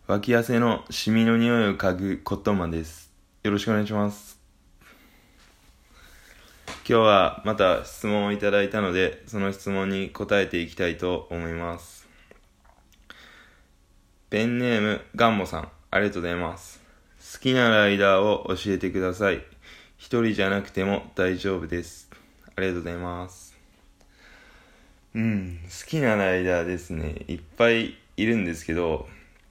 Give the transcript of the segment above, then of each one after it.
脇汗のシミの匂いを嗅ぐコットンマンです。よろしくお願いします。今日はまた質問をいただいたので、その質問に答えていきたいと思います。ペンネームガンモさん、ありがとうございます。好きなライダーを教えてください。一人じゃなくても大丈夫です。ありがとうございます。好きなライダーですね。いっぱいいるんですけど、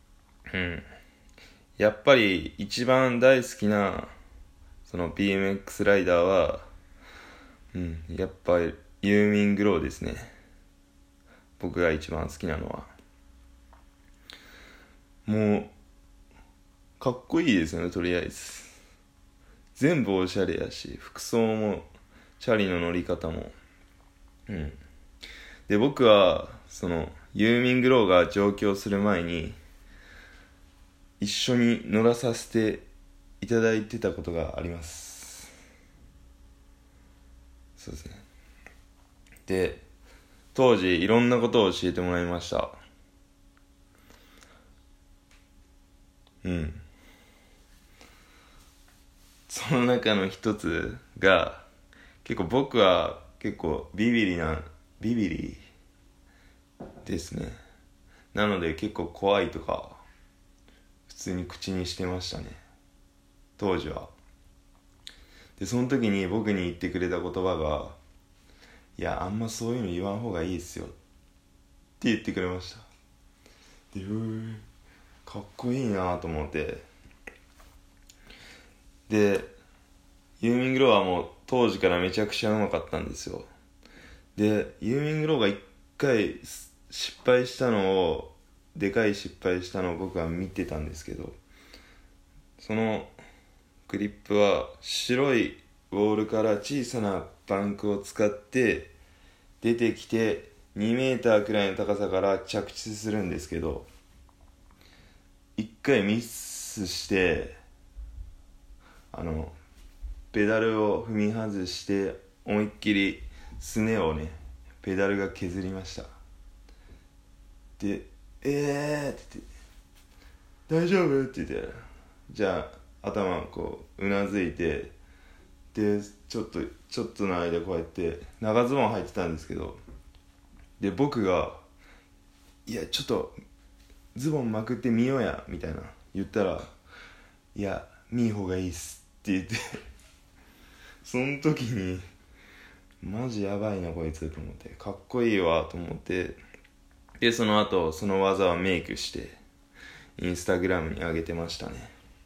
やっぱり一番大好きなその BMX ライダーは、やっぱりユーミングローですね。僕が一番好きなのは。もう、かっこいいですよね、とりあえず。全部おしゃれやし、服装も、チャリの乗り方も。で、僕は、その、ユーミングローが上京する前に、一緒に乗らさせていただいてたことがあります。そうですね。で、当時いろんなことを教えてもらいました。その中の一つが、僕は結構ビビリですね。なので結構怖いとか普通に口にしてましたね、当時は。で、その時に僕に言ってくれた言葉が、いや、あんまそういうの言わん方がいいですよって言ってくれました。で、かっこいいなと思って。で、ユーミングローはもう当時からめちゃくちゃうまかったんですよ。で、ユーミングローが一回でかい失敗したのを僕は見てたんですけど、そのグリップは白いボールから小さなバンクを使って出てきて2メーターくらいの高さから着地するんですけど、一回ミスしてペダルを踏み外して思いっきりすねをね、ペダルが削りました。で、って言って、大丈夫って言って、じゃあ頭こううなずいて、でちょっとの間こうやって長ズボン履いてたんですけど、で僕が、いやちょっとズボンまくってみようやみたいな言ったら、いや見い方がいいっすって言ってその時にマジやばいなこいつと思って、かっこいいわと思って、でその後その技をメイクしてインスタグラムに上げてましたね。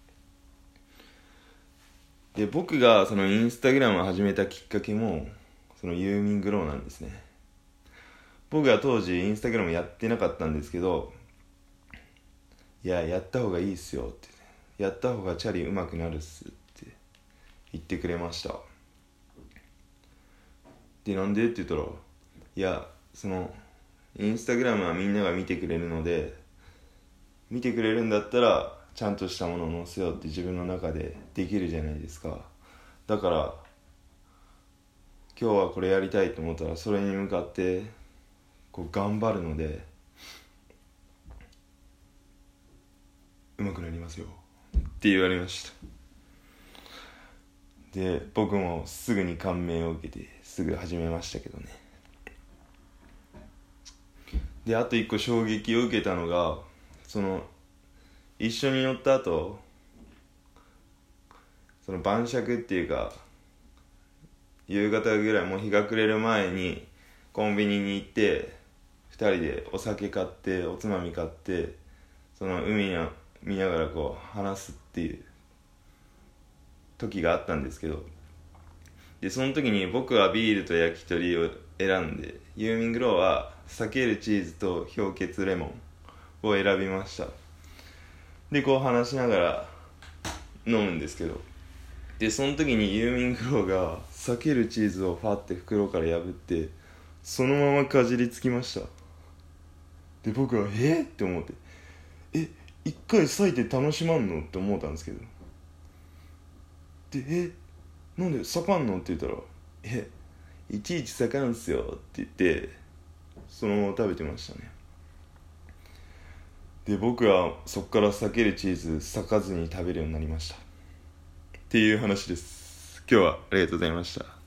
で、僕がそのインスタグラムを始めたきっかけもそのユーミングローなんですね。僕は当時インスタグラムやってなかったんですけど、いややった方がいいっすよって、やった方がチャリ上手くなるっすって言ってくれました。で、なんでって言ったら、いやそのインスタグラムはみんなが見てくれるので、見てくれるんだったらちゃんとしたものを載せようって自分の中でできるじゃないですか。だから今日はこれやりたいと思ったらそれに向かってこう頑張るので上手くなりますよって言われました。で、僕もすぐに感銘を受けてすぐ始めましたけどね。で、あと一個衝撃を受けたのが、その一緒に乗った後、その晩酌っていうか夕方ぐらい、もう日が暮れる前にコンビニに行って二人でお酒買っておつまみ買って、その海を見ながらこう話すっていう時があったんですけど、でその時に僕はビールと焼き鳥を選んで、ユーミングローは避けるチーズと氷結レモンを選びました。でこう話しながら飲むんですけど、でその時にユーミングローが避けるチーズをファって袋から破ってそのままかじりつきました。で僕はって思って、一回裂いて楽しまんのって思ったんですけど、でなんで裂かんのって言ったら、いちいち裂かんすよって言ってそのまま食べてましたね。 で僕はそこから避けるチーズ裂かずに食べるようになりましたっていう話です。今日はありがとうございました。